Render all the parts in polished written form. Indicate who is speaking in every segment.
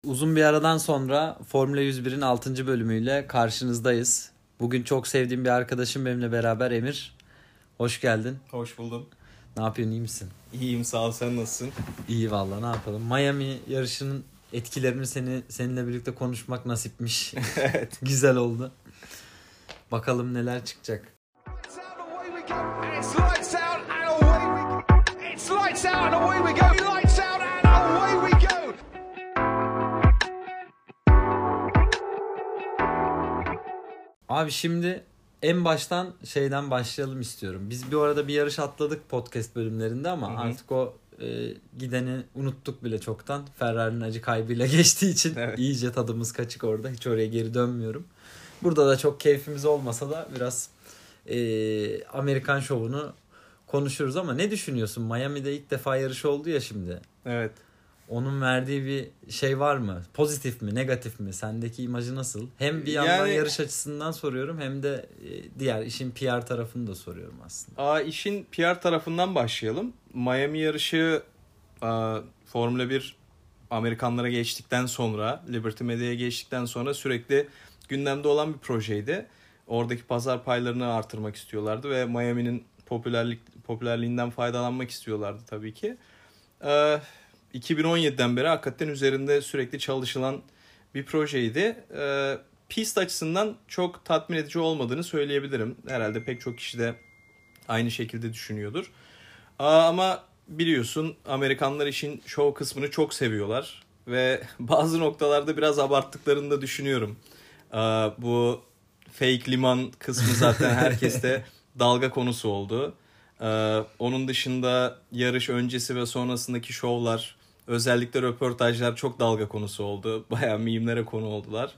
Speaker 1: Uzun bir aradan sonra Formula 101'in 6. bölümüyle karşınızdayız. Bugün çok sevdiğim bir arkadaşım benimle beraber Emir. Hoş geldin.
Speaker 2: Hoş buldum.
Speaker 1: Ne yapıyorsun, iyi misin?
Speaker 2: İyiyim, sağ ol, sen nasılsın?
Speaker 1: İyi vallahi, ne yapalım. Miami yarışının etkilerini seninle birlikte konuşmak nasipmiş.
Speaker 2: Evet.
Speaker 1: Güzel oldu. Bakalım neler çıkacak. Abi şimdi en baştan şeyden başlayalım istiyorum. Biz bir arada bir yarış atladık podcast bölümlerinde ama artık o gideni unuttuk bile çoktan. Ferrari'nin acı kaybıyla geçtiği için iyice tadımız kaçık orada. Hiç oraya geri dönmüyorum. Burada da çok keyfimiz olmasa da biraz Amerikan şovunu konuşuruz ama ne düşünüyorsun? Miami'de ilk defa yarış oldu ya şimdi.
Speaker 2: Evet.
Speaker 1: Onun verdiği bir şey var mı? Pozitif mi, negatif mi? Sendeki imajı nasıl? Hem bir yandan yarış açısından soruyorum hem de diğer işin PR tarafını da soruyorum aslında.
Speaker 2: İşin PR tarafından başlayalım. Miami yarışı Formula 1 Amerikanlara geçtikten sonra, Liberty Media'ya geçtikten sonra sürekli gündemde olan bir projeydi. Oradaki pazar paylarını artırmak istiyorlardı ve Miami'nin popülerliğinden faydalanmak istiyorlardı tabii ki. 2017'den beri hakikaten üzerinde sürekli çalışılan bir projeydi. Pist açısından çok tatmin edici olmadığını söyleyebilirim. Herhalde pek çok kişi de aynı şekilde düşünüyordur. Ama biliyorsun Amerikanlar işin şov kısmını çok seviyorlar. Ve bazı noktalarda biraz abarttıklarını da düşünüyorum. Bu fake liman kısmı zaten herkeste dalga konusu oldu. Onun dışında yarış öncesi ve sonrasındaki şovlar, özellikle röportajlar çok dalga konusu oldu. Bayağı mimlere konu oldular.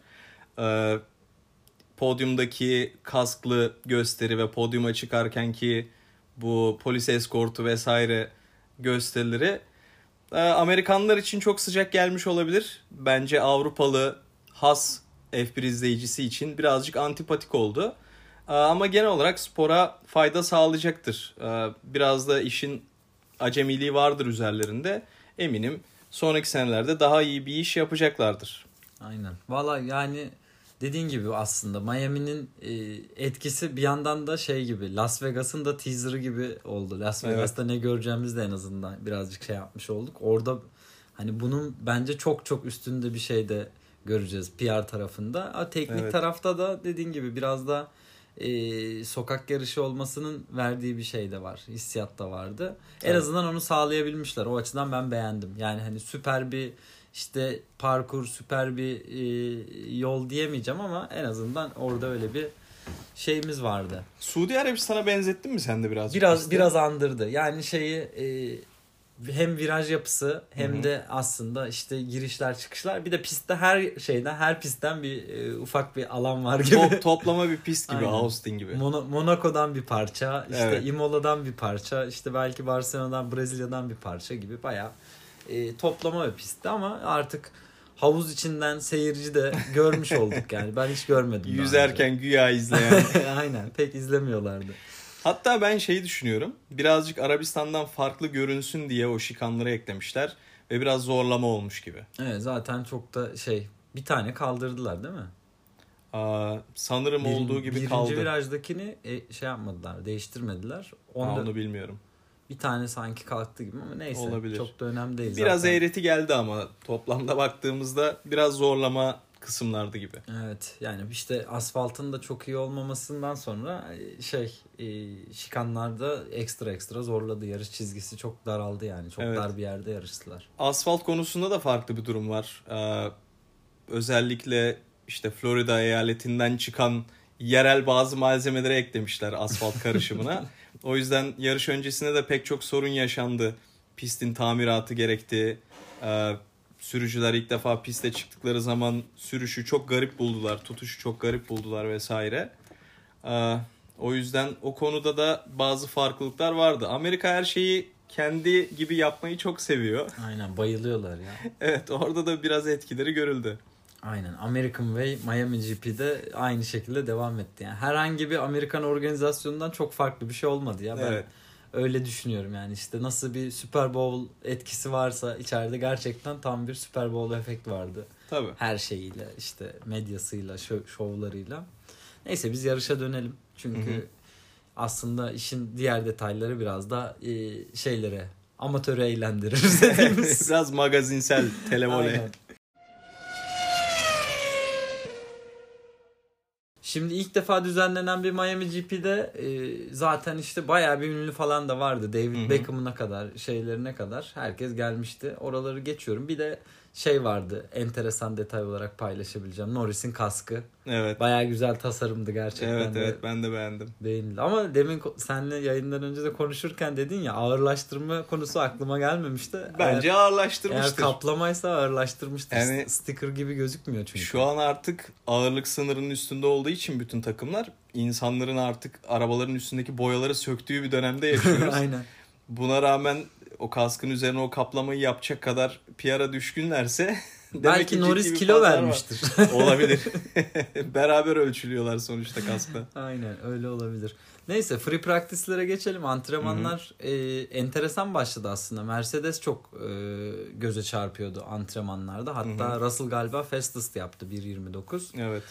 Speaker 2: Podyumdaki kasklı gösteri ve podyuma çıkarkenki bu polis eskortu vesaire gösterileri Amerikanlar için çok sıcak gelmiş olabilir. Bence Avrupalı has F1 izleyicisi için birazcık antipatik oldu. Ama genel olarak spora fayda sağlayacaktır. Biraz da işin acemiliği vardır üzerlerinde. Eminim sonraki senelerde daha iyi bir iş yapacaklardır.
Speaker 1: Aynen. Valla yani dediğin gibi aslında Miami'nin etkisi bir yandan da şey gibi, Las Vegas'ın da teaser'ı gibi oldu. Las Vegas'ta ne göreceğimiz de en azından birazcık şey yapmış olduk. Orada hani bunun bence çok çok üstünde bir şey de göreceğiz PR tarafında. Teknik tarafta da dediğin gibi biraz da sokak yarışı olmasının verdiği bir şey de var. Hissiyat da vardı. En azından onu sağlayabilmişler. O açıdan ben beğendim. Yani hani süper bir işte parkur, süper bir yol diyemeyeceğim ama en azından orada öyle bir şeyimiz vardı.
Speaker 2: Suudi Arabistan'a benzettin mi sen de birazcık?
Speaker 1: Biraz andırdı. Yani şeyi hem viraj yapısı hem de aslında işte girişler çıkışlar. Bir de pistte her pistten bir ufak bir alan var gibi.
Speaker 2: Toplama bir pist gibi. Aynen. Austin gibi.
Speaker 1: Monaco'dan bir parça, işte Imola'dan bir parça, işte belki Barcelona'dan, Brezilya'dan bir parça gibi bayağı toplama bir pistti ama artık havuz içinden seyirci de görmüş olduk yani. Ben hiç görmedim.
Speaker 2: Yüzerken güya izleyen.
Speaker 1: Aynen, pek izlemiyorlardı.
Speaker 2: Hatta ben şeyi düşünüyorum. Birazcık Arabistan'dan farklı görünsün diye o şikanları eklemişler. Ve biraz zorlama olmuş gibi.
Speaker 1: Evet, zaten çok da bir tane kaldırdılar değil mi?
Speaker 2: Sanırım olduğu gibi kaldı.
Speaker 1: Birinci virajdakini yapmadılar, değiştirmediler.
Speaker 2: Onu bilmiyorum.
Speaker 1: Bir tane sanki kalktı gibi ama neyse.
Speaker 2: Olabilir.
Speaker 1: Çok da önemli değil
Speaker 2: biraz
Speaker 1: zaten.
Speaker 2: eğreti geldi ama toplamda baktığımızda biraz zorlama kısımlardı gibi.
Speaker 1: Evet, yani işte asfaltın da çok iyi olmamasından sonra şikanlarda ekstra zorladı. Yarış çizgisi çok daraldı yani. Çok dar bir yerde yarıştılar.
Speaker 2: Asfalt konusunda da farklı bir durum var. Özellikle işte Florida eyaletinden çıkan yerel bazı malzemeleri eklemişler asfalt karışımına. O yüzden yarış öncesinde de pek çok sorun yaşandı. Pistin tamiratı gerekti. Sürücüler ilk defa piste çıktıkları zaman sürüşü çok garip buldular. Tutuşu çok garip buldular vesaire. O yüzden o konuda da bazı farklılıklar vardı. Amerika her şeyi kendi gibi yapmayı çok seviyor.
Speaker 1: Aynen, bayılıyorlar ya.
Speaker 2: Evet, orada da biraz etkileri görüldü.
Speaker 1: Aynen, American Way Miami GP'de aynı şekilde devam etti. Yani herhangi bir Amerikan organizasyonundan çok farklı bir şey olmadı ya. Ben Öyle düşünüyorum yani, işte nasıl bir Super Bowl etkisi varsa içeride, gerçekten tam bir Super Bowl efekt vardı.
Speaker 2: Tabii.
Speaker 1: Her şeyiyle, işte medyasıyla, şovlarıyla. Neyse biz yarışa dönelim. Çünkü aslında işin diğer detayları biraz da şeylere, amatörü eğlendirir dediğimiz.
Speaker 2: Biraz magazinsel televole.
Speaker 1: Şimdi ilk defa düzenlenen bir Miami GP'de zaten işte bayağı bir ünlü falan da vardı. David Beckham'ına kadar, şeylerine kadar herkes gelmişti. Oraları geçiyorum. Bir de şey vardı, enteresan detay olarak paylaşabileceğim. Norris'in kaskı.
Speaker 2: Evet.
Speaker 1: Bayağı güzel tasarımdı gerçekten.
Speaker 2: Evet ben de beğendim.
Speaker 1: Beğenildi. Ama demin seninle yayından önce de konuşurken dedin ya, ağırlaştırma konusu aklıma gelmemişti.
Speaker 2: Bence ağırlaştırmıştır.
Speaker 1: Eğer kaplamaysa ağırlaştırmıştır.
Speaker 2: Yani,
Speaker 1: sticker gibi gözükmüyor çünkü.
Speaker 2: Şu an artık ağırlık sınırının üstünde olduğu için bütün takımlar, insanların artık arabaların üstündeki boyaları söktüğü bir dönemde yaşıyoruz.
Speaker 1: Aynen.
Speaker 2: Buna rağmen o kaskın üzerine o kaplamayı yapacak kadar PR'a düşkünlerse
Speaker 1: belki Norris kilo vermiştir.
Speaker 2: Olabilir. Beraber ölçülüyorlar sonuçta kaskla.
Speaker 1: Aynen öyle olabilir. Neyse, free practice'lere geçelim. Antrenmanlar enteresan başladı aslında. Mercedes çok göze çarpıyordu antrenmanlarda. Hatta Russell galiba fastest yaptı, 1.29.
Speaker 2: Evet.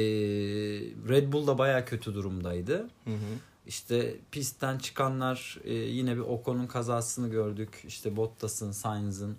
Speaker 1: Red Bull da bayağı kötü durumdaydı. İşte pistten çıkanlar, yine bir Ocon'un kazasını gördük. İşte Bottas'ın, Sainz'ın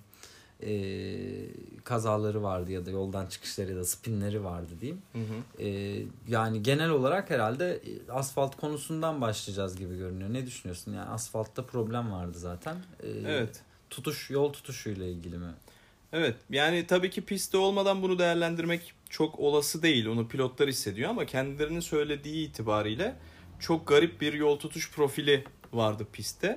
Speaker 1: kazaları vardı ya da yoldan çıkışları ya da spinleri vardı diyeyim. Yani genel olarak herhalde asfalt konusundan başlayacağız gibi görünüyor. Ne düşünüyorsun? Yani asfaltta problem vardı zaten.
Speaker 2: Evet.
Speaker 1: Yol tutuşuyla ilgili mi?
Speaker 2: Evet. Yani tabii ki pistte olmadan bunu değerlendirmek çok olası değil. Onu pilotlar hissediyor ama kendilerinin söylediği itibariyle çok garip bir yol tutuş profili vardı pistte.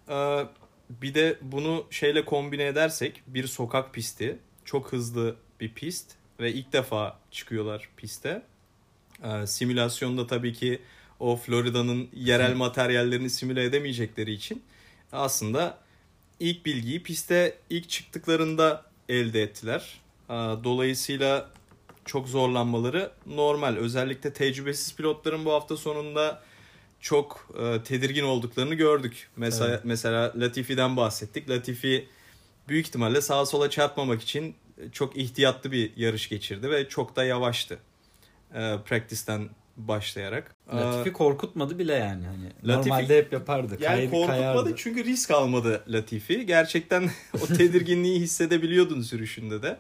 Speaker 2: Bir de bunu şeyle kombine edersek, bir sokak pisti, çok hızlı bir pist ve ilk defa çıkıyorlar piste. Simülasyonda tabii ki o Florida'nın yerel materyallerini simüle edemeyecekleri için aslında ilk bilgiyi piste ilk çıktıklarında elde ettiler. Dolayısıyla çok zorlanmaları normal. Özellikle tecrübesiz pilotların bu hafta sonunda çok tedirgin olduklarını gördük. Mesela Latifi'den bahsettik. Latifi büyük ihtimalle sağa sola çarpmamak için çok ihtiyatlı bir yarış geçirdi ve çok da yavaştı. Practice'ten başlayarak.
Speaker 1: Latifi korkutmadı bile yani. Hani
Speaker 2: Latifi,
Speaker 1: normalde hep yapardı.
Speaker 2: Yani korkutmadı çünkü risk almadı Latifi. Gerçekten o tedirginliği hissedebiliyordun sürüşünde de.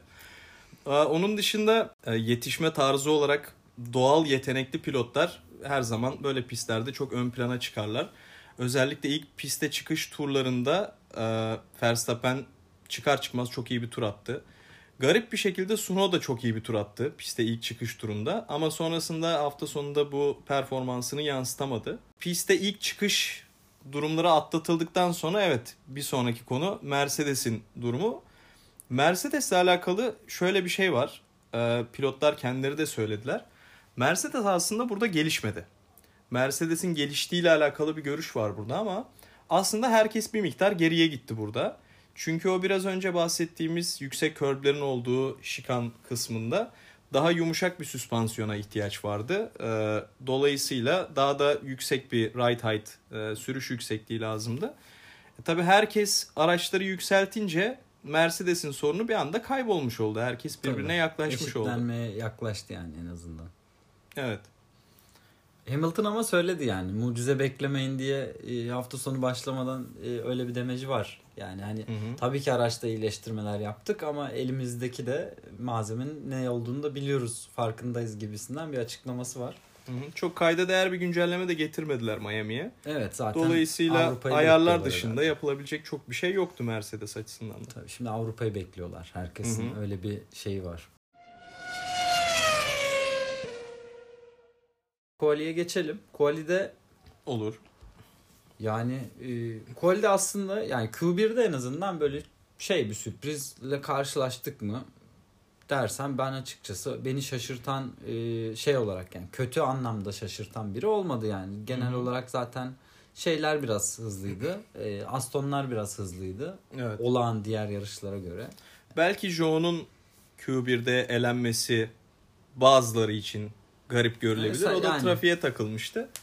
Speaker 2: Onun dışında yetişme tarzı olarak doğal yetenekli pilotlar her zaman böyle pistlerde çok ön plana çıkarlar. Özellikle ilk piste çıkış turlarında Verstappen çıkar çıkmaz çok iyi bir tur attı. Garip bir şekilde Tsunoda da çok iyi bir tur attı piste ilk çıkış turunda. Ama sonrasında hafta sonunda bu performansını yansıtamadı. Piste ilk çıkış durumları atlatıldıktan sonra evet, bir sonraki konu Mercedes'in durumu. Mercedes'le alakalı şöyle bir şey var. Pilotlar kendileri de söylediler. Mercedes aslında burada gelişmedi. Mercedes'in geliştiğiyle alakalı bir görüş var burada ama aslında herkes bir miktar geriye gitti burada. Çünkü o biraz önce bahsettiğimiz yüksek körblerin olduğu şikan kısmında daha yumuşak bir süspansiyona ihtiyaç vardı. Dolayısıyla daha da yüksek bir ride height, sürüş yüksekliği lazımdı. Tabii herkes araçları yükseltince Mercedes'in sorunu bir anda kaybolmuş oldu. Herkes birbirine yaklaşmış oldu.
Speaker 1: Eşitlenmeye yaklaştı yani en azından.
Speaker 2: Evet.
Speaker 1: Hamilton ama söyledi yani, mucize beklemeyin diye hafta sonu başlamadan öyle bir demeci var. Yani hani tabii ki araçta iyileştirmeler yaptık ama elimizdeki de malzemenin ne olduğunu da biliyoruz, farkındayız gibisinden bir açıklaması var.
Speaker 2: Çok kayda değer bir güncelleme de getirmediler Miami'ye.
Speaker 1: Evet, zaten
Speaker 2: dolayısıyla ayarlar dışında yapılabilecek çok bir şey yoktu Mercedes açısından da.
Speaker 1: Tabii şimdi Avrupa'yı bekliyorlar. Herkesin öyle bir şeyi var. Quali'ye geçelim. Quali'de
Speaker 2: olur.
Speaker 1: Yani Quali'de aslında yani Q1'de en azından böyle bir sürprizle karşılaştık mı dersen, ben açıkçası beni şaşırtan şey olarak, yani kötü anlamda şaşırtan biri olmadı yani. Genel olarak zaten şeyler biraz hızlıydı. Aston'lar biraz hızlıydı.
Speaker 2: Evet.
Speaker 1: Olağan diğer yarışlara göre.
Speaker 2: Belki Zhou'nun Q1'de elenmesi bazıları için garip görülebilir. O da trafiğe takılmıştı.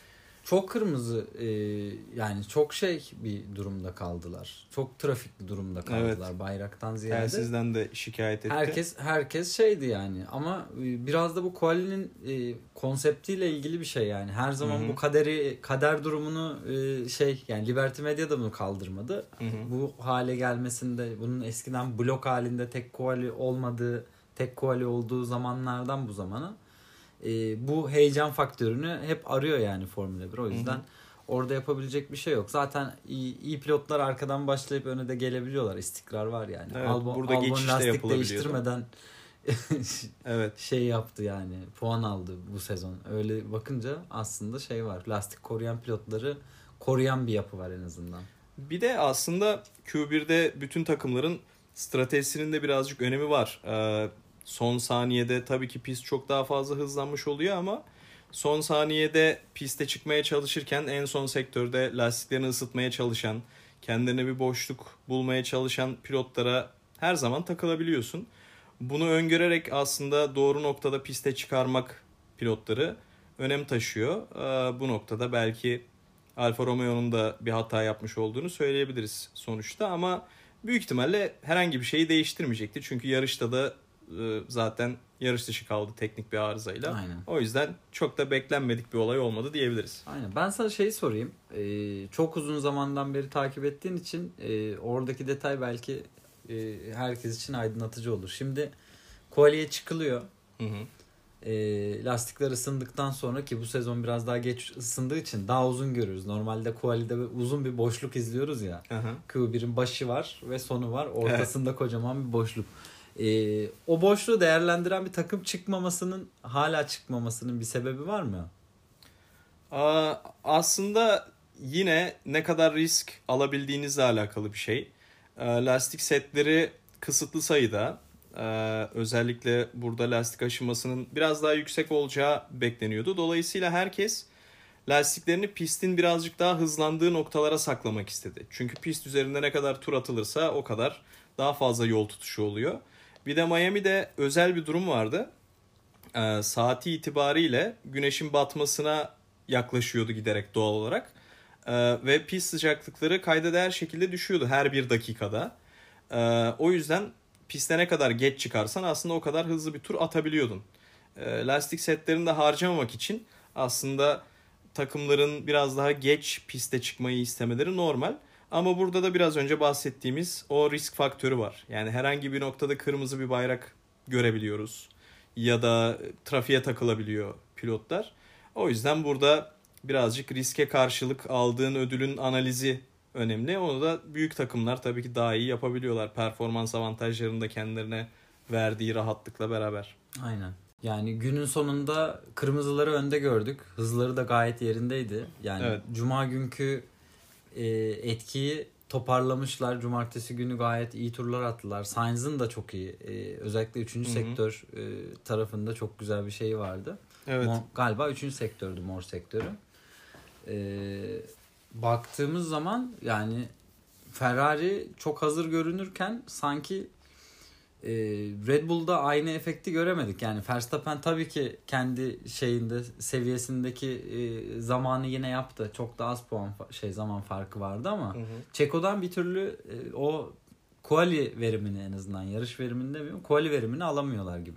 Speaker 1: Çok kırmızı yani çok bir durumda kaldılar. Çok trafikli durumda kaldılar, evet. Bayraktan ziyade.
Speaker 2: Telsizden de şikayet etti.
Speaker 1: Herkes şeydi yani ama biraz da bu Quali'nin konseptiyle ilgili bir şey yani. Her zaman Hı-hı. bu kader durumunu yani Liberty Media da bunu kaldırmadı. Hı-hı. Bu hale gelmesinde bunun eskiden blok halinde tek Quali olduğu zamanlardan bu zamana bu heyecan faktörünü hep arıyor yani Formula 1. O yüzden Hı-hı. orada yapabilecek bir şey yok. Zaten iyi pilotlar arkadan başlayıp öne de gelebiliyorlar. İstikrar var yani.
Speaker 2: Evet, burada geçiş de
Speaker 1: lastik değiştirmeden
Speaker 2: evet.
Speaker 1: Yaptı yani. Puan aldı bu sezon. Öyle bakınca aslında var. Lastik koruyan pilotları koruyan bir yapı var en azından.
Speaker 2: Bir de aslında Q1'de bütün takımların stratejisinin de birazcık önemi var. Son saniyede tabii ki pist çok daha fazla hızlanmış oluyor ama son saniyede piste çıkmaya çalışırken en son sektörde lastiklerini ısıtmaya çalışan, kendilerine bir boşluk bulmaya çalışan pilotlara her zaman takılabiliyorsun. Bunu öngörerek aslında doğru noktada piste çıkarmak pilotları önem taşıyor. Bu noktada belki Alfa Romeo'nun da bir hata yapmış olduğunu söyleyebiliriz sonuçta ama büyük ihtimalle herhangi bir şeyi değiştirmeyecekti. Çünkü yarışta da zaten yarış dışı kaldı teknik bir arızayla.
Speaker 1: Aynen.
Speaker 2: O yüzden çok da beklenmedik bir olay olmadı diyebiliriz.
Speaker 1: Aynen. Ben sana sorayım. Çok uzun zamandan beri takip ettiğin için oradaki detay belki herkes için aydınlatıcı olur. Şimdi Quali'ye çıkılıyor.
Speaker 2: Hı hı.
Speaker 1: Lastikler ısındıktan sonra ki bu sezon biraz daha geç ısındığı için daha uzun görürüz. Normalde Quali'de uzun bir boşluk izliyoruz ya. Q1'in başı var ve sonu var. Ortasında evet. Kocaman bir boşluk. O boşluğu değerlendiren bir takım hala çıkmamasının bir sebebi var mı?
Speaker 2: Aslında yine ne kadar risk alabildiğinizle alakalı bir şey. Lastik setleri kısıtlı sayıda. Özellikle burada lastik aşımasının biraz daha yüksek olacağı bekleniyordu. Dolayısıyla herkes lastiklerini pistin birazcık daha hızlandığı noktalara saklamak istedi. Çünkü pist üzerinde ne kadar tur atılırsa o kadar daha fazla yol tutuşu oluyor. Bir de Miami'de özel bir durum vardı. Saati itibariyle güneşin batmasına yaklaşıyordu giderek doğal olarak. Ve pist sıcaklıkları kayda değer şekilde düşüyordu her bir dakikada. O yüzden piste ne kadar geç çıkarsan aslında o kadar hızlı bir tur atabiliyordun. Lastik setlerini de harcamamak için aslında takımların biraz daha geç piste çıkmayı istemeleri normal. Ama burada da biraz önce bahsettiğimiz o risk faktörü var. Yani herhangi bir noktada kırmızı bir bayrak görebiliyoruz. Ya da trafiğe takılabiliyor pilotlar. O yüzden burada birazcık riske karşılık aldığın ödülün analizi önemli. Onu da büyük takımlar tabii ki daha iyi yapabiliyorlar. Performans avantajlarını da kendilerine verdiği rahatlıkla beraber.
Speaker 1: Aynen. Yani günün sonunda kırmızıları önde gördük. Hızları da gayet yerindeydi. Yani evet. Cuma günkü etkiyi toparlamışlar. Cumartesi günü gayet iyi turlar attılar. Sainz'ın da çok iyi. Özellikle 3. sektör tarafında çok güzel bir şey vardı.
Speaker 2: Evet.
Speaker 1: Galiba 3. sektördü, mor sektörü. Baktığımız zaman yani Ferrari çok hazır görünürken sanki Red Bull'da aynı efekti göremedik. Yani Verstappen tabii ki kendi seviyesindeki zamanı yine yaptı. Çok da az zaman farkı vardı ama Checo'dan bir türlü o quali verimini, en azından yarış verimini demiyorum, quali verimini alamıyorlar gibi.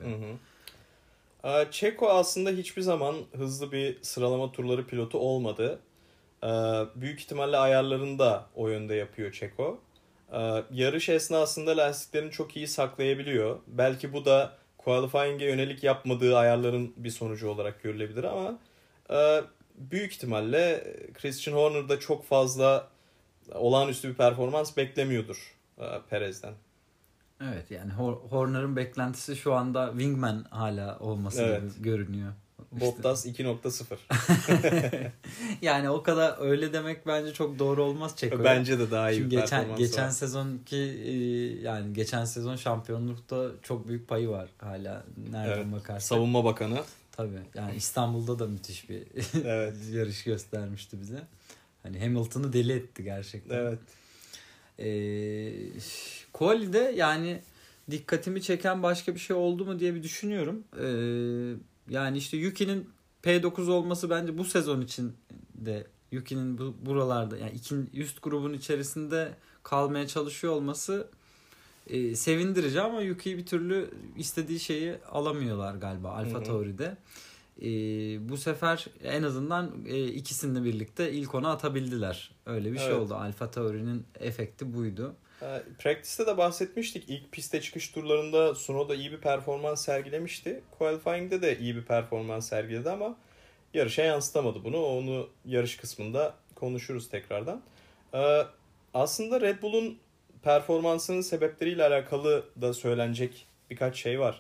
Speaker 2: Checo aslında hiçbir zaman hızlı bir sıralama turları pilotu olmadı. Büyük ihtimalle ayarlarını da o yönde yapıyor Checo. Yarış esnasında lastiklerini çok iyi saklayabiliyor. Belki bu da qualifying'e yönelik yapmadığı ayarların bir sonucu olarak görülebilir ama büyük ihtimalle Christian Horner'da çok fazla olağanüstü bir performans beklemiyordur Perez'den.
Speaker 1: Evet, yani Horner'ın beklentisi şu anda Wingman hala olması gibi görünüyor.
Speaker 2: Bottas 2.0.
Speaker 1: Yani o kadar öyle demek bence çok doğru olmaz Checo'ya.
Speaker 2: Bence de daha iyi bir performans var.
Speaker 1: Geçen sezonki yani geçen sezon şampiyonlukta çok büyük payı var hala nereden bakarsan.
Speaker 2: Savunma bakanı.
Speaker 1: Tabii. Yani İstanbul'da da müthiş bir yarış göstermişti bize. Hani Hamilton'ı deli etti gerçekten.
Speaker 2: Evet.
Speaker 1: Quali'de yani dikkatimi çeken başka bir şey oldu mu diye bir düşünüyorum. Yani işte Yuki'nin P9 olması bence bu sezon için de Yuki'nin buralarda yani üst grubun içerisinde kalmaya çalışıyor olması sevindirici ama Yuki'yi bir türlü istediği şeyi alamıyorlar galiba AlphaTauri'de. Bu sefer en azından ikisini birlikte ilk ona atabildiler. Öyle bir şey oldu. AlphaTauri'nin efekti buydu.
Speaker 2: Practice'te de bahsetmiştik. İlk piste çıkış turlarında Tsunoda iyi bir performans sergilemişti. Qualifying'de de iyi bir performans sergiledi ama yarışa yansıtamadı bunu. Onu yarış kısmında konuşuruz tekrardan. Aslında Red Bull'un performansının sebepleriyle alakalı da söylenecek birkaç şey var.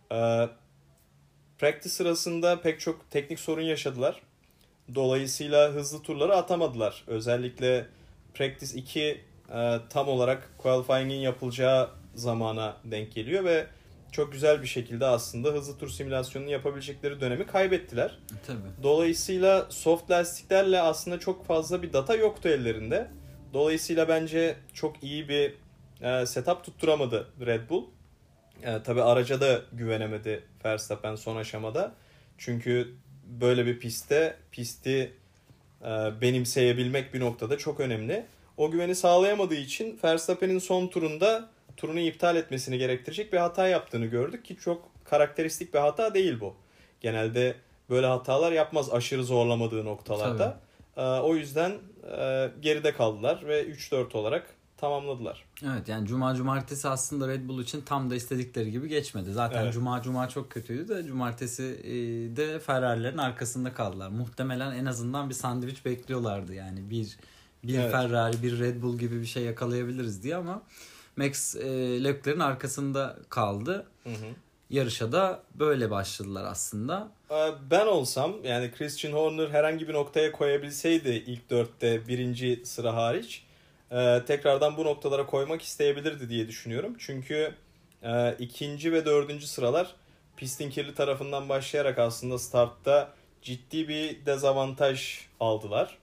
Speaker 2: Practice sırasında pek çok teknik sorun yaşadılar. Dolayısıyla hızlı turları atamadılar. Özellikle Practice 2 tam olarak Qualifying'in yapılacağı zamana denk geliyor ve çok güzel bir şekilde aslında hızlı tur simülasyonunu yapabilecekleri dönemi kaybettiler.
Speaker 1: Tabii.
Speaker 2: Dolayısıyla soft lastiklerle aslında çok fazla bir data yoktu ellerinde. Dolayısıyla bence çok iyi bir setup tutturamadı Red Bull. Tabii araca da güvenemedi Verstappen son aşamada. Çünkü böyle bir pisti benimseyebilmek bir noktada çok önemli. O güveni sağlayamadığı için Verstappen'in son turunda turunu iptal etmesini gerektirecek bir hata yaptığını gördük ki çok karakteristik bir hata değil bu. Genelde böyle hatalar yapmaz aşırı zorlamadığı noktalarda. O yüzden geride kaldılar ve 3-4 olarak tamamladılar.
Speaker 1: Evet yani cumartesi aslında Red Bull için tam da istedikleri gibi geçmedi. Zaten cuma çok kötüydü de cumartesi de Ferrari'lerin arkasında kaldılar. Muhtemelen en azından bir sandviç bekliyorlardı yani bir Ferrari bir Red Bull gibi bir şey yakalayabiliriz diye ama Max Leclerc'in arkasında kaldı. Yarışa da böyle başladılar aslında.
Speaker 2: Ben olsam yani Christian Horner herhangi bir noktaya koyabilseydi ilk 4'te birinci sıra hariç tekrardan bu noktalara koymak isteyebilirdi diye düşünüyorum. Çünkü ikinci ve dördüncü sıralar pistin kirli tarafından başlayarak aslında startta ciddi bir dezavantaj aldılar.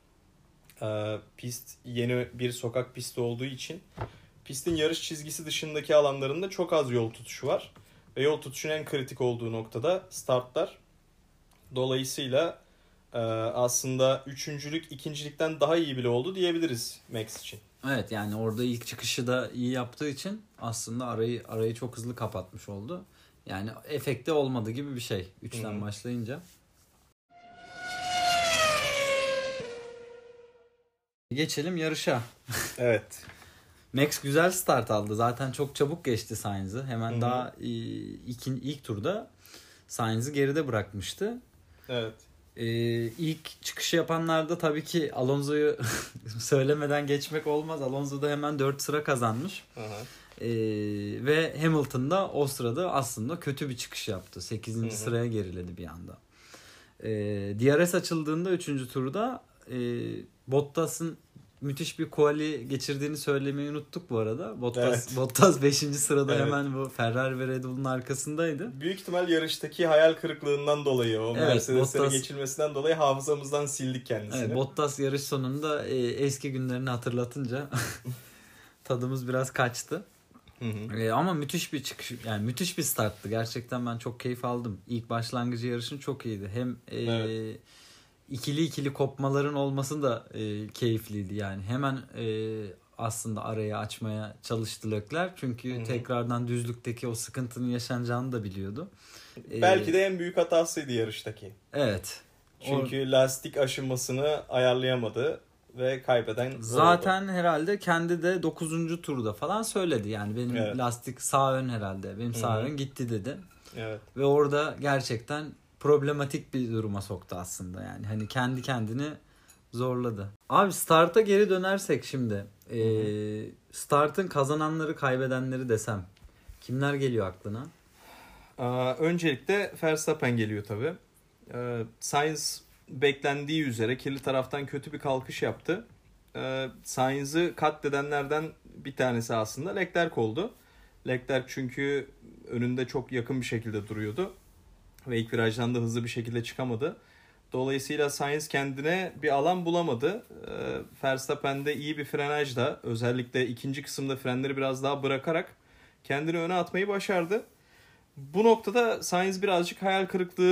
Speaker 2: Pist yeni bir sokak pisti olduğu için pistin yarış çizgisi dışındaki alanlarında çok az yol tutuşu var. Ve yol tutuşun en kritik olduğu noktada startlar. Dolayısıyla aslında üçüncülük ikincilikten daha iyi bile oldu diyebiliriz Max için.
Speaker 1: Evet yani orada ilk çıkışı da iyi yaptığı için aslında arayı çok hızlı kapatmış oldu. Yani efekte olmadı gibi bir şey 3'ten başlayınca. Geçelim yarışa.
Speaker 2: Evet.
Speaker 1: Max güzel start aldı. Zaten çok çabuk geçti Sainz'ı. Hemen daha ilk turda Sainz'ı geride bırakmıştı.
Speaker 2: Evet.
Speaker 1: İlk çıkışı yapanlarda tabii ki Alonso'yu söylemeden geçmek olmaz. Alonso da hemen 4 sıra kazanmış. Ve Hamilton da o sırada aslında kötü bir çıkış yaptı. 8. sıraya geriledi bir anda. DRS açıldığında 3. turda Bottas'ın müthiş bir quali geçirdiğini söylemeyi unuttuk bu arada. Bottas 5. sırada hemen bu Ferrari ve Red Bull'un arkasındaydı.
Speaker 2: Büyük ihtimal yarıştaki hayal kırıklığından dolayı o Mercedes'lerin geçilmesinden dolayı hafızamızdan sildik kendisini.
Speaker 1: Evet, Bottas yarış sonunda eski günlerini hatırlatınca tadımız biraz kaçtı. Ama müthiş bir çıkış yani müthiş bir starttı. Gerçekten ben çok keyif aldım. İlk başlangıcı yarışın çok iyiydi. Hem ikili kopmaların olması da keyifliydi yani. Hemen aslında arayı açmaya çalıştı Leclerc. Çünkü tekrardan düzlükteki o sıkıntının yaşanacağını da biliyordu.
Speaker 2: Belki de en büyük hatasıydı yarıştaki.
Speaker 1: Evet.
Speaker 2: Çünkü lastik aşınmasını ayarlayamadı ve kaybeden
Speaker 1: zaten
Speaker 2: oldu.
Speaker 1: Herhalde kendi de 9. turda falan söyledi. Yani benim lastik sağ ön herhalde. Benim sağ ön gitti dedi.
Speaker 2: Evet.
Speaker 1: Ve orada gerçekten problematik bir duruma soktu aslında yani. Hani kendi kendini zorladı. Abi start'a geri dönersek şimdi. Start'ın kazananları kaybedenleri desem. Kimler geliyor aklına?
Speaker 2: Öncelikle Verstappen geliyor tabii. Sainz beklendiği üzere kirli taraftan kötü bir kalkış yaptı. Sainz'ı katledenlerden bir tanesi aslında Leclerc oldu. Leclerc çünkü önünde çok yakın bir şekilde duruyordu. Ve ilk virajdan da hızlı bir şekilde çıkamadı. Dolayısıyla Sainz kendine bir alan bulamadı. Verstappen de iyi bir frenajla özellikle ikinci kısımda frenleri biraz daha bırakarak kendini öne atmayı başardı. Bu noktada Sainz birazcık hayal kırıklığı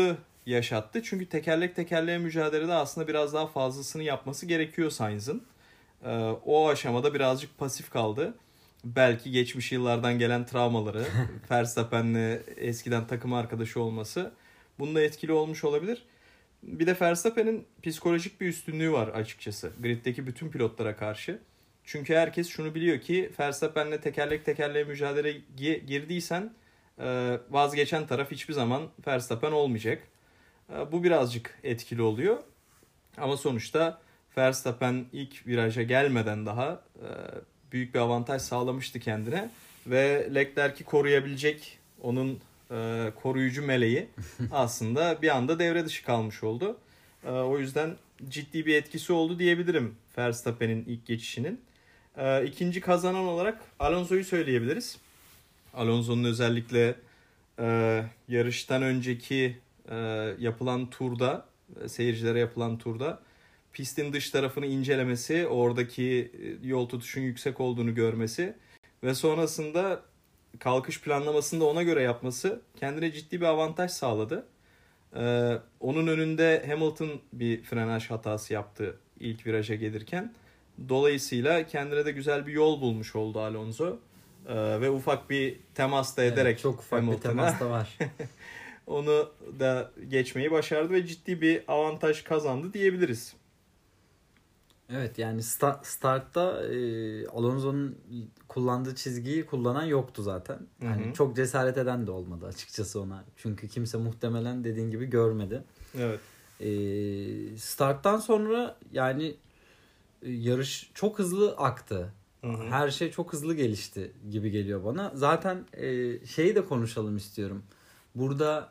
Speaker 2: yaşattı. Çünkü tekerlek tekerleğe mücadelede aslında biraz daha fazlasını yapması gerekiyor Sainz'ın. O aşamada birazcık pasif kaldı. Belki geçmiş yıllardan gelen travmaları, Verstappen'le eskiden takım arkadaşı olması bunda etkili olmuş olabilir. Bir de Verstappen'in psikolojik bir üstünlüğü var açıkçası griddeki bütün pilotlara karşı. Çünkü herkes şunu biliyor ki Verstappen'le tekerlek tekerleğe mücadeleye girdiysen vazgeçen taraf hiçbir zaman Verstappen olmayacak. Bu birazcık etkili oluyor. Ama sonuçta Verstappen ilk viraja gelmeden daha büyük bir avantaj sağlamıştı kendine. Ve Leclerc'i koruyabilecek onun koruyucu meleği aslında bir anda devre dışı kalmış oldu. O yüzden ciddi bir etkisi oldu diyebilirim Verstappen'in ilk geçişinin. İkinci kazanan olarak Alonso'yu söyleyebiliriz. Alonso'nun özellikle yarıştan önceki yapılan turda, seyircilere yapılan turda pistin dış tarafını incelemesi, oradaki yol tutuşun yüksek olduğunu görmesi ve sonrasında kalkış planlamasını da ona göre yapması kendine ciddi bir avantaj sağladı. Onun önünde Hamilton bir frenaj hatası yaptı ilk viraja gelirken. Dolayısıyla kendine de güzel bir yol bulmuş oldu Alonso. Ve ufak bir temas da ederek
Speaker 1: çok ufak bir temas da var.
Speaker 2: Onu da geçmeyi başardı ve ciddi bir avantaj kazandı diyebiliriz.
Speaker 1: Evet yani startta Alonso'nun kullandığı çizgiyi kullanan yoktu zaten. Yani çok cesaret eden de olmadı açıkçası ona. Çünkü kimse muhtemelen dediğin gibi görmedi.
Speaker 2: Evet.
Speaker 1: Starttan sonra yani yarış çok hızlı aktı. Hı-hı. Her şey çok hızlı gelişti gibi geliyor bana. Zaten şeyi de konuşalım istiyorum. Burada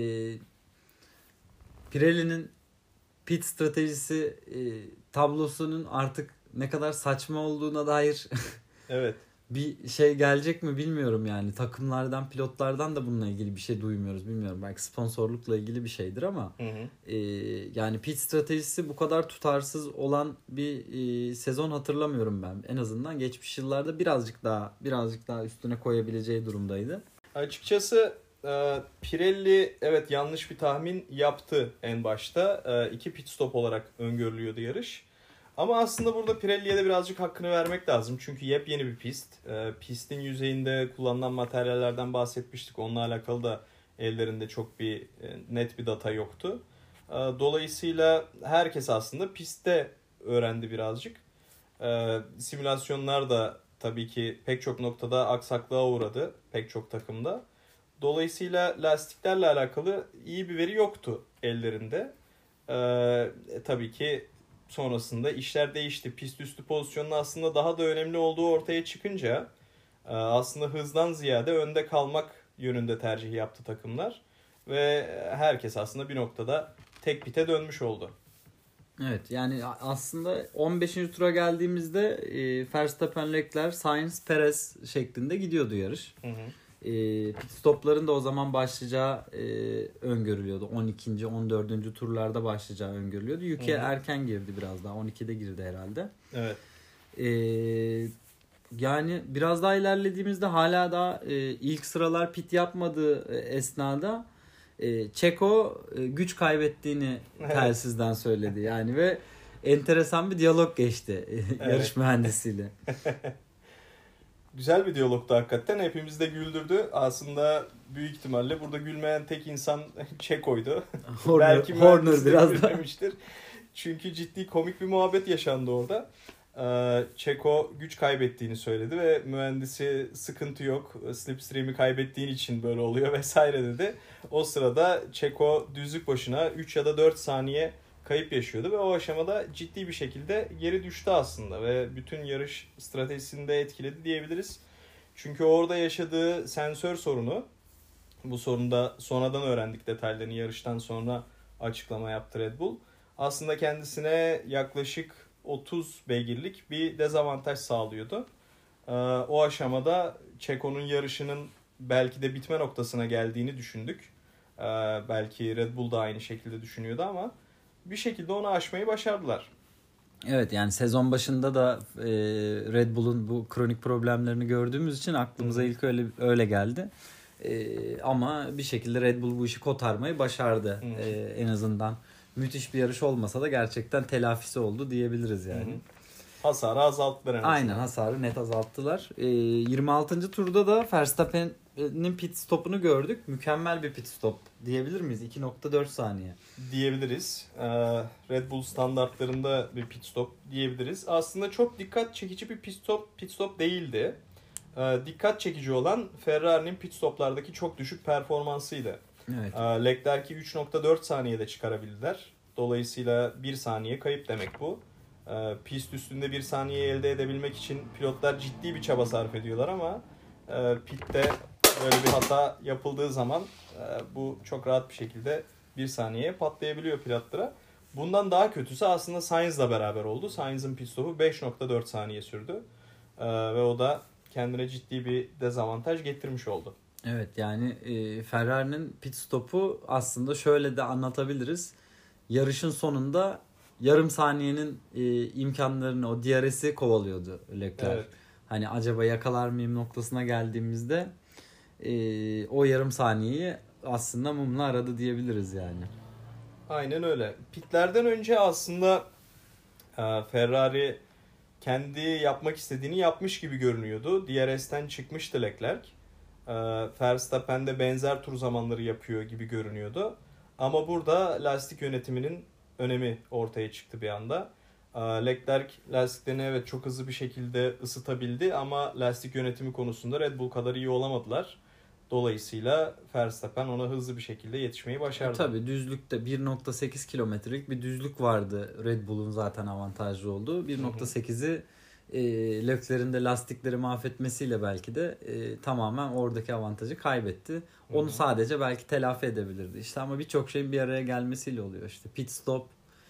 Speaker 1: Pirelli'nin pit stratejisi tablosunun artık ne kadar saçma olduğuna dair
Speaker 2: evet.
Speaker 1: bir şey gelecek mi bilmiyorum yani. Takımlardan, pilotlardan da bununla ilgili bir şey duymuyoruz. Bilmiyorum, belki sponsorlukla ilgili bir şeydir ama yani pit stratejisi bu kadar tutarsız olan bir sezon hatırlamıyorum ben. En azından geçmiş yıllarda birazcık daha üstüne koyabileceği durumdaydı.
Speaker 2: Açıkçası Pirelli evet yanlış bir tahmin yaptı en başta. 2 pit stop olarak öngörülüyordu yarış. Ama aslında burada Pirelli'ye de birazcık hakkını vermek lazım. Çünkü yepyeni bir pist. Pistin yüzeyinde kullanılan materyallerden bahsetmiştik. Onunla alakalı da ellerinde çok bir net bir data yoktu. Dolayısıyla herkes aslında pistte öğrendi birazcık. Simülasyonlar da tabii ki pek çok noktada aksaklığa uğradı. Pek çok takımda. Dolayısıyla lastiklerle alakalı iyi bir veri yoktu ellerinde. Tabii ki sonrasında işler değişti. Pist üstü pozisyonun aslında daha da önemli olduğu ortaya çıkınca aslında hızdan ziyade önde kalmak yönünde tercih yaptı takımlar. Ve herkes aslında bir noktada tek pite dönmüş oldu.
Speaker 1: Evet yani aslında 15. tura geldiğimizde Verstappen, Leclerc, Sainz, Perez şeklinde gidiyordu yarış. Hı hı. Pit stopların da o zaman başlayacağı öngörülüyordu. 12. 14. turlarda başlayacağı öngörülüyordu. Yuki erken girdi biraz daha. 12'de girdi herhalde.
Speaker 2: Evet.
Speaker 1: Yani biraz daha ilerlediğimizde hala da ilk sıralar pit yapmadığı esnada Checo güç kaybettiğini telsizden söyledi. Yani ve enteresan bir diyalog geçti yarış mühendisiyle.
Speaker 2: Güzel bir diyalogtu hakikaten. Hepimiz de güldürdü. Aslında büyük ihtimalle burada gülmeyen tek insan Checo'ydu. Belki
Speaker 1: Horner biraz da.
Speaker 2: Çünkü ciddi komik bir muhabbet yaşandı orada. Checo güç kaybettiğini söyledi ve mühendisi sıkıntı yok, slipstream'i kaybettiğin için böyle oluyor vesaire dedi. O sırada Checo düzlük başına 3 ya da 4 saniye kayıp yaşıyordu ve o aşamada ciddi bir şekilde geri düştü aslında ve bütün yarış stratejisini de etkiledi diyebiliriz. Çünkü orada yaşadığı sensör sorunu, bu sorunu da sonradan öğrendik detaylarını, yarıştan sonra açıklama yaptı Red Bull. Aslında kendisine yaklaşık 30 beygirlik bir dezavantaj sağlıyordu. O aşamada Checo'nun yarışının belki de bitme noktasına geldiğini düşündük. Belki Red Bull da aynı şekilde düşünüyordu ama bir şekilde onu aşmayı başardılar.
Speaker 1: Evet yani sezon başında da Red Bull'un bu kronik problemlerini gördüğümüz için aklımıza ilk öyle geldi. Ama bir şekilde Red Bull bu işi kotarmayı başardı. En azından müthiş bir yarış olmasa da gerçekten telafisi oldu diyebiliriz yani.
Speaker 2: Hasarı azalttılar en azından.
Speaker 1: Aynen, hasarı net azalttılar. 26. turda da Verstappen'in pit stopunu gördük. Mükemmel bir pit stop diyebilir miyiz? 2.4 saniye.
Speaker 2: Diyebiliriz. Red Bull standartlarında bir pit stop diyebiliriz. Aslında çok dikkat çekici bir pit stop değildi. Dikkat çekici olan Ferrari'nin pit stoplardaki çok düşük performansıydı.
Speaker 1: Evet.
Speaker 2: Leclerc'i 3.4 saniyede çıkarabildiler. Dolayısıyla 1 saniye kayıp demek bu. Pist üstünde 1 saniye elde edebilmek için pilotlar ciddi bir çaba sarf ediyorlar ama pitte böyle bir hata yapıldığı zaman bu çok rahat bir şekilde 1 saniyeye patlayabiliyor pilotlara. Bundan daha kötüsü aslında Sainz'la beraber oldu. Sainz'ın pit stopu 5.4 saniye sürdü. Ve o da kendine ciddi bir dezavantaj getirmiş oldu.
Speaker 1: Evet, yani Ferrari'nin pit stopu aslında şöyle de anlatabiliriz. Yarışın sonunda yarım saniyenin imkanlarını, o DRS'i kovalıyordu Leclerc.
Speaker 2: Evet.
Speaker 1: Hani acaba yakalar mıyım noktasına geldiğimizde o yarım saniyeyi aslında mumla aradı diyebiliriz yani.
Speaker 2: Aynen öyle. Pitlerden önce aslında Ferrari kendi yapmak istediğini yapmış gibi görünüyordu. DRS'ten çıkmıştı Leclerc. Verstappen de benzer tur zamanları yapıyor gibi görünüyordu. Ama burada lastik yönetiminin önemi ortaya çıktı bir anda. Leclerc lastiklerini evet çok hızlı bir şekilde ısıtabildi ama lastik yönetimi konusunda Red Bull kadar iyi olamadılar. Dolayısıyla Verstappen ona hızlı bir şekilde yetişmeyi başardı.
Speaker 1: Tabii düzlükte 1.8 kilometrelik bir düzlük vardı. Red Bull'un zaten avantajlı olduğu. 1.8'i Leclerc'in de lastikleri mahvetmesiyle belki de tamamen oradaki avantajı kaybetti. Onu sadece belki telafi edebilirdi. İşte ama birçok şeyin bir araya gelmesiyle oluyor. İşte pit stop,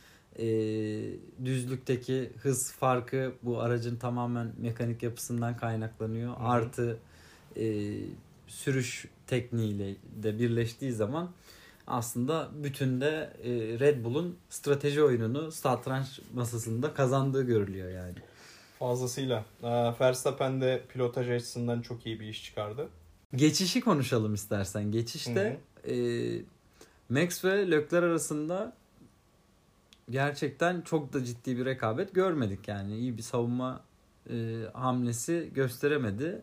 Speaker 1: düzlükteki hız farkı bu aracın tamamen mekanik yapısından kaynaklanıyor. Artı sürüş tekniğiyle de birleştiği zaman aslında bütünde Red Bull'un strateji oyununu satranç masasında kazandığı görülüyor yani.
Speaker 2: Fazlasıyla. Verstappen de pilotaj açısından çok iyi bir iş çıkardı.
Speaker 1: Geçişi konuşalım istersen. Geçişte Max ve Leclerc arasında gerçekten çok da ciddi bir rekabet görmedik yani. İyi bir savunma hamlesi gösteremedi.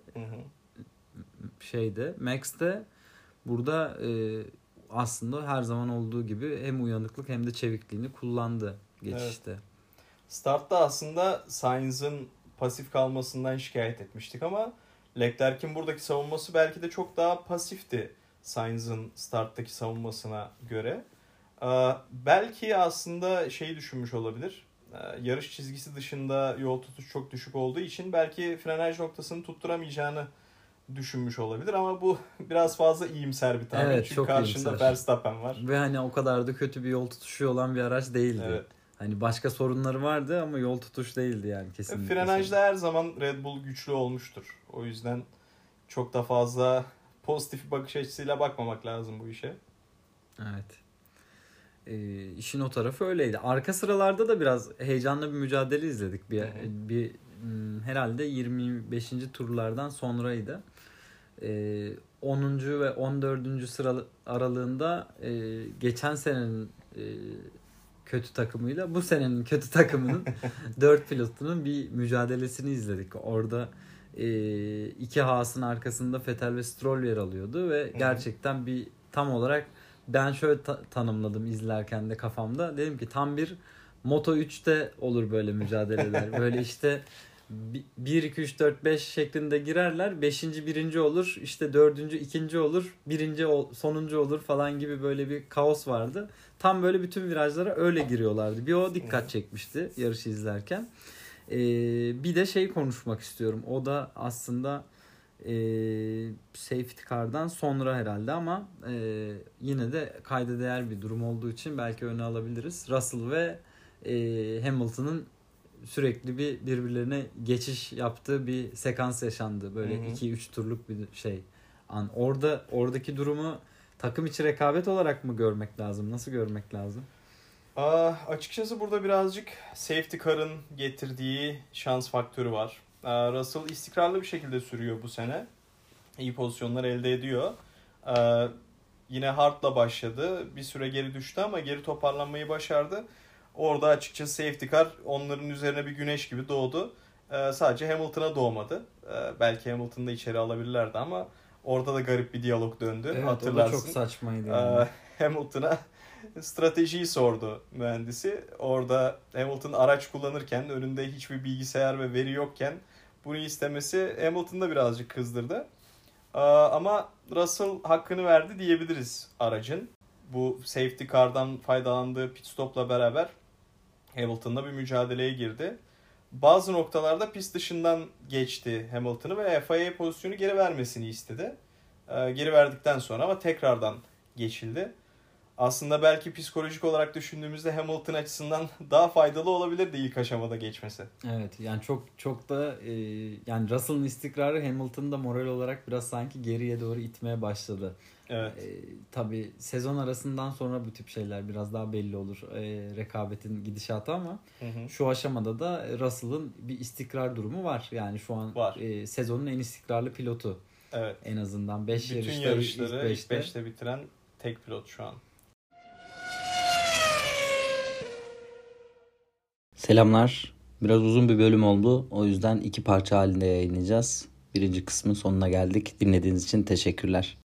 Speaker 1: Max de burada aslında her zaman olduğu gibi hem uyanıklık hem de çevikliğini kullandı geçişte. Evet.
Speaker 2: Startta aslında Sainz'ın pasif kalmasından şikayet etmiştik ama Leclerc'in buradaki savunması belki de çok daha pasifti Sainz'ın starttaki savunmasına göre. Belki aslında düşünmüş olabilir. Yarış çizgisi dışında yol tutuş çok düşük olduğu için belki frenaj noktasını tutturamayacağını düşünmüş olabilir ama bu biraz fazla iyimser bir tahmin.
Speaker 1: Evet,
Speaker 2: çünkü karşında iyimser. Verstappen var.
Speaker 1: Ve hani o kadar da kötü bir yol tutuşu olan bir araç değildi.
Speaker 2: Evet.
Speaker 1: Hani başka sorunları vardı ama yol tutuş değildi yani kesinlikle.
Speaker 2: Frenajda her zaman Red Bull güçlü olmuştur. O yüzden çok da fazla pozitif bakış açısıyla bakmamak lazım bu işe.
Speaker 1: Evet. İşin o tarafı öyleydi. Arka sıralarda da biraz heyecanlı bir mücadele izledik. Bir herhalde 25. turlardan sonraydı. 10. ve 14. sıra aralığında geçen senenin kötü takımıyla bu senenin kötü takımının 4 pilotunun bir mücadelesini izledik. Orada iki Haas'ın arkasında Vettel ve Stroll yer alıyordu ve gerçekten bir tam olarak ben şöyle tanımladım izlerken de kafamda. Dedim ki tam bir Moto3'te olur böyle mücadeleler. Böyle işte 1, 2, 3, 4, 5 şeklinde girerler. 5. birinci olur. İşte 4. ikinci olur. 1. sonuncu olur falan gibi böyle bir kaos vardı. Tam böyle bütün virajlara öyle giriyorlardı. Bir o dikkat çekmişti yarışı izlerken. Bir de konuşmak istiyorum. O da aslında safety car'dan sonra herhalde ama yine de kayda değer bir durum olduğu için belki öne alabiliriz. Russell ve Hamilton'ın sürekli birbirlerine geçiş yaptığı bir sekans yaşandı. Böyle 2-3 turluk bir an. Oradaki durumu takım içi rekabet olarak mı görmek lazım? Nasıl görmek lazım?
Speaker 2: Açıkçası burada birazcık safety car'ın getirdiği şans faktörü var. Russell istikrarlı bir şekilde sürüyor bu sene. İyi pozisyonlar elde ediyor. Yine hardla başladı. Bir süre geri düştü ama geri toparlanmayı başardı. Orada açıkçası safety car onların üzerine bir güneş gibi doğdu. Sadece Hamilton'a doğmadı. Belki Hamilton'ı da içeri alabilirlerdi ama orada da garip bir diyalog döndü.
Speaker 1: Evet,
Speaker 2: hatırlarsın.
Speaker 1: O da çok saçmaydı. Yani.
Speaker 2: Hamilton'a stratejiyi sordu mühendisi. Orada Hamilton araç kullanırken önünde hiçbir bilgisayar ve veri yokken bunu istemesi Hamilton'da birazcık kızdırdı. Ama Russell hakkını verdi diyebiliriz aracın. Bu safety car'dan faydalandığı pit stop'la beraber Hamilton'la bir mücadeleye girdi. Bazı noktalarda pist dışından geçti Hamilton'ı ve FIA pozisyonu geri vermesini istedi. Geri verdikten sonra ama tekrardan geçildi. Aslında belki psikolojik olarak düşündüğümüzde Hamilton açısından daha faydalı olabilirdi ilk aşamada geçmesi.
Speaker 1: Evet, yani çok da yani Russell'ın istikrarı Hamilton'da moral olarak biraz sanki geriye doğru itmeye başladı.
Speaker 2: Evet.
Speaker 1: Tabii sezon arasından sonra bu tip şeyler biraz daha belli olur. Rekabetin gidişatı ama şu aşamada da Russell'ın bir istikrar durumu var. Yani şu an sezonun en istikrarlı pilotu.
Speaker 2: Evet.
Speaker 1: En azından 5
Speaker 2: Bütün yarışları ilk 5'te bitiren tek pilot şu an.
Speaker 3: Selamlar. Biraz uzun bir bölüm oldu. O yüzden 2 parça halinde yayınlayacağız. Birinci kısmın sonuna geldik. Dinlediğiniz için teşekkürler.